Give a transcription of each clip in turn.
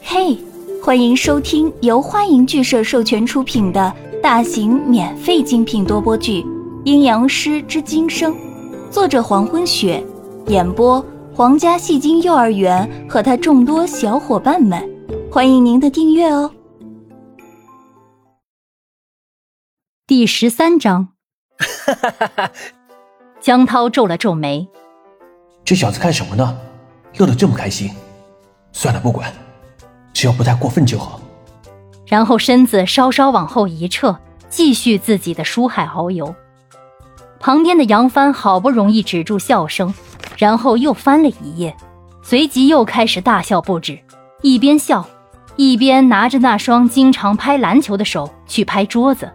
嘿，欢迎收听由欢迎剧社授权出品的大型免费精品多播剧《阴阳师之今生》，作者黄昏雪，演播皇家戏精幼儿园和他众多小伙伴们，欢迎您的订阅哦。 第13章江涛皱了皱眉， 这小子看什么呢？乐得这么开心。算了，不管，只要不太过分就好。 然后身子稍稍往后一撤，继续自己的书海遨游。旁边的杨帆好不容易止住笑声，然后又翻了一页，随即又开始大笑不止，一边笑一边拿着那双经常拍篮球的手去拍桌子。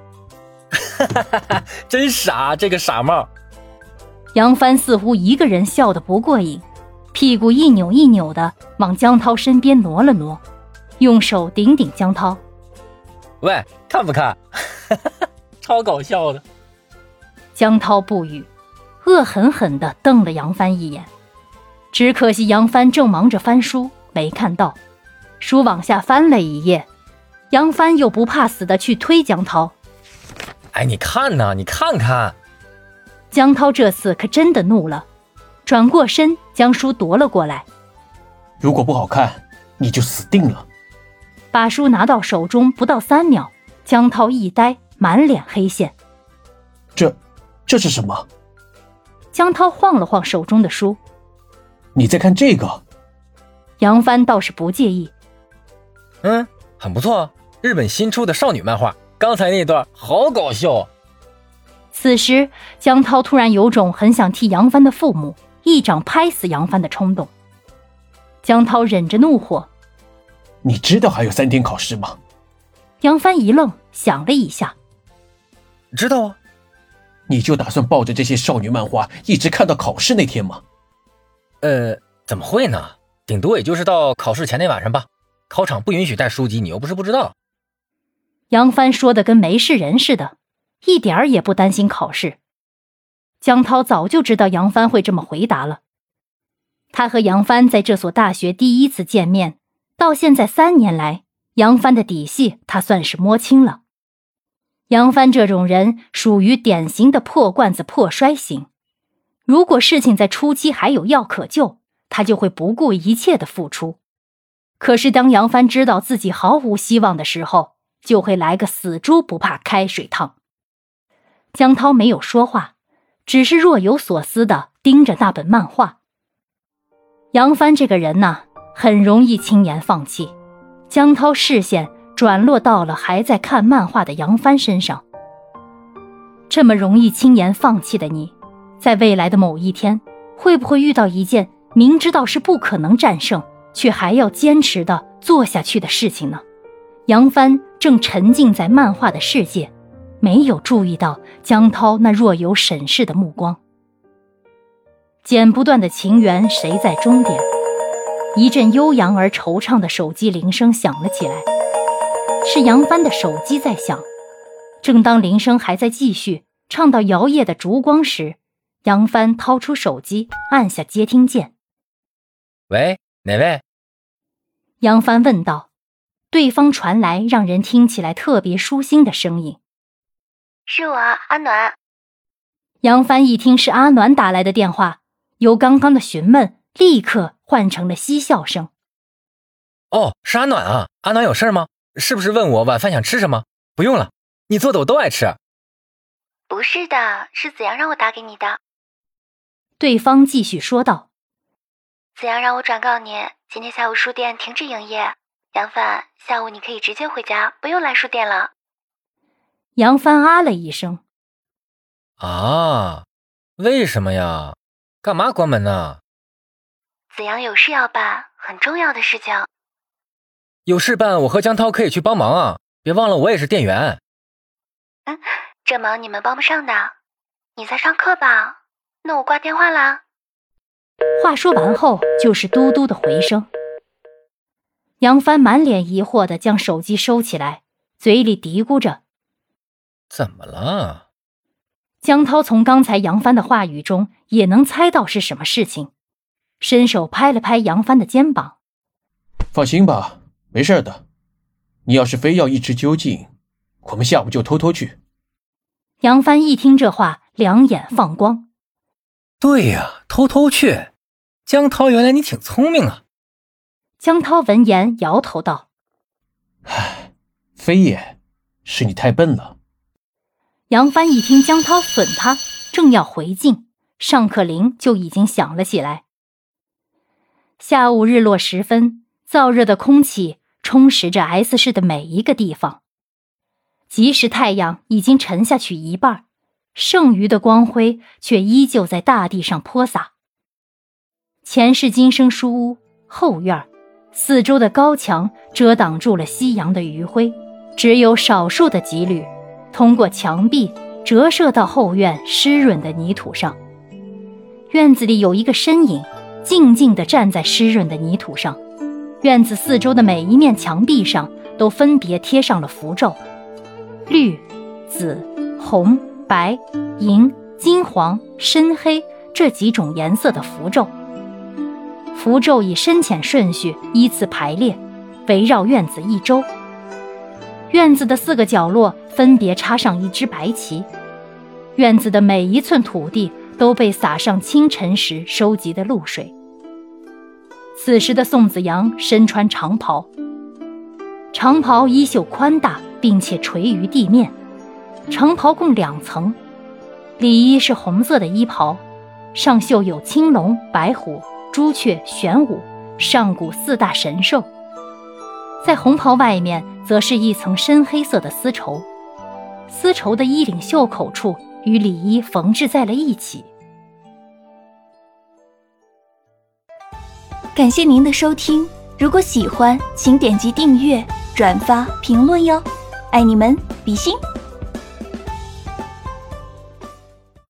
真傻，这个傻帽。 杨帆似乎一个人笑得不过瘾，屁股一扭一扭的往江涛身边挪了挪，用手顶顶江涛。 喂，看不看？超搞笑的。 江涛不语，恶狠狠地瞪了杨帆一眼。只可惜杨帆正忙着翻书，没看到。书往下翻了一页，杨帆又不怕死地去推江涛。 哎，你看呐，你看看。 江涛这次可真的怒了，转过身将书夺了过来。 如果不好看，你就死定了。 把书拿到手中不到3秒，江涛一呆，满脸黑线。 这是什么？ 江涛晃了晃手中的书。 你在看这个？ 杨帆倒是不介意。 很不错，日本新出的少女漫画，刚才那段好搞笑。 此时江涛突然有种很想替杨帆的父母一掌拍死杨帆的冲动。江涛忍着怒火。 你知道还有3天考试吗？ 杨帆一愣，想了一下。 知道啊。 你就打算抱着这些少女漫画一直看到考试那天吗？ 怎么会呢？顶多也就是到考试前那晚上吧。考场不允许带书籍，你又不是不知道。 杨帆说的跟没事人似的，一点儿也不担心考试。江涛早就知道杨帆会这么回答了。他和杨帆在这所大学第一次见面，到现在3年来，杨帆的底细他算是摸清了。杨帆这种人属于典型的破罐子破摔型，如果事情在初期还有药可救，他就会不顾一切的付出。可是当杨帆知道自己毫无希望的时候，就会来个死猪不怕开水烫。江涛没有说话，只是若有所思地盯着那本漫画。杨帆这个人呢，很容易轻言放弃。江涛视线转落到了还在看漫画的杨帆身上。这么容易轻言放弃的你，在未来的某一天，会不会遇到一件明知道是不可能战胜，却还要坚持地做下去的事情呢？杨帆正沉浸在漫画的世界，没有注意到江涛那若有审视的目光。剪不断的情缘谁在终点？一阵悠扬而惆怅的手机铃声响了起来，是杨帆的手机在响。正当铃声还在继续，唱到摇曳的烛光时，杨帆掏出手机按下接听键。 喂，哪位？ 杨帆问道。对方传来让人听起来特别舒心的声音。 是我，阿暖。 杨帆一听是阿暖打来的电话，由刚刚的询问立刻换成了嬉笑声。 哦，是阿暖啊。阿暖有事吗？是不是问我晚饭想吃什么？不用了，你做的我都爱吃。 不是的，是子阳让我打给你的。 对方继续说道。 子阳让我转告你，今天下午书店停止营业。杨帆，下午你可以直接回家，不用来书店了。 杨帆啊了一声。 啊，为什么呀？干嘛关门呢？ 子阳有事要办，很重要的事情。 有事办，我和江涛可以去帮忙啊，别忘了我也是店员。 这忙你们帮不上的。你在上课吧？那我挂电话啦。 话说完后就是嘟嘟的回声。杨帆满脸疑惑地将手机收起来，嘴里嘀咕着： 怎么了？ 江涛从刚才杨帆的话语中也能猜到是什么事情，伸手拍了拍杨帆的肩膀。 放心吧， 没事的，你要是非要一直究竟，我们下午就偷偷去。 杨帆一听这话，两眼放光。 对呀，偷偷去。江涛，原来你挺聪明啊。 江涛闻言摇头道： 唉，飞也，是你太笨了。 杨帆一听江涛损他，正要回敬，上课铃就已经响了起来。下午日落时分，燥热的空气充实着 S 市的每一个地方。即使太阳已经沉下去一半，剩余的光辉却依旧在大地上泼洒。前是金生书屋后院，四周的高墙遮挡住了夕阳的余晖，只有少数的几缕通过墙壁折射到后院湿润的泥土上。院子里有一个身影静静地站在湿润的泥土上，院子四周的每一面墙壁上都分别贴上了符咒，绿、紫、红、白、银、金黄、深黑这几种颜色的符咒。符咒以深浅顺序依次排列，围绕院子一周。院子的4个角落分别插上一支白旗，院子的每一寸土地都被洒上清晨时收集的露水。此时的宋子阳身穿长袍，长袍衣袖宽大，并且垂于地面。长袍共2层，里衣是红色的衣袍，上绣有青龙、白虎、朱雀、玄武、上古4大神兽。在红袍外面则是一层深黑色的丝绸，丝绸的衣领袖口处与里衣缝制在了一起。 感谢您的收听，如果喜欢请点击订阅、转发、评论哟，爱你们，比心。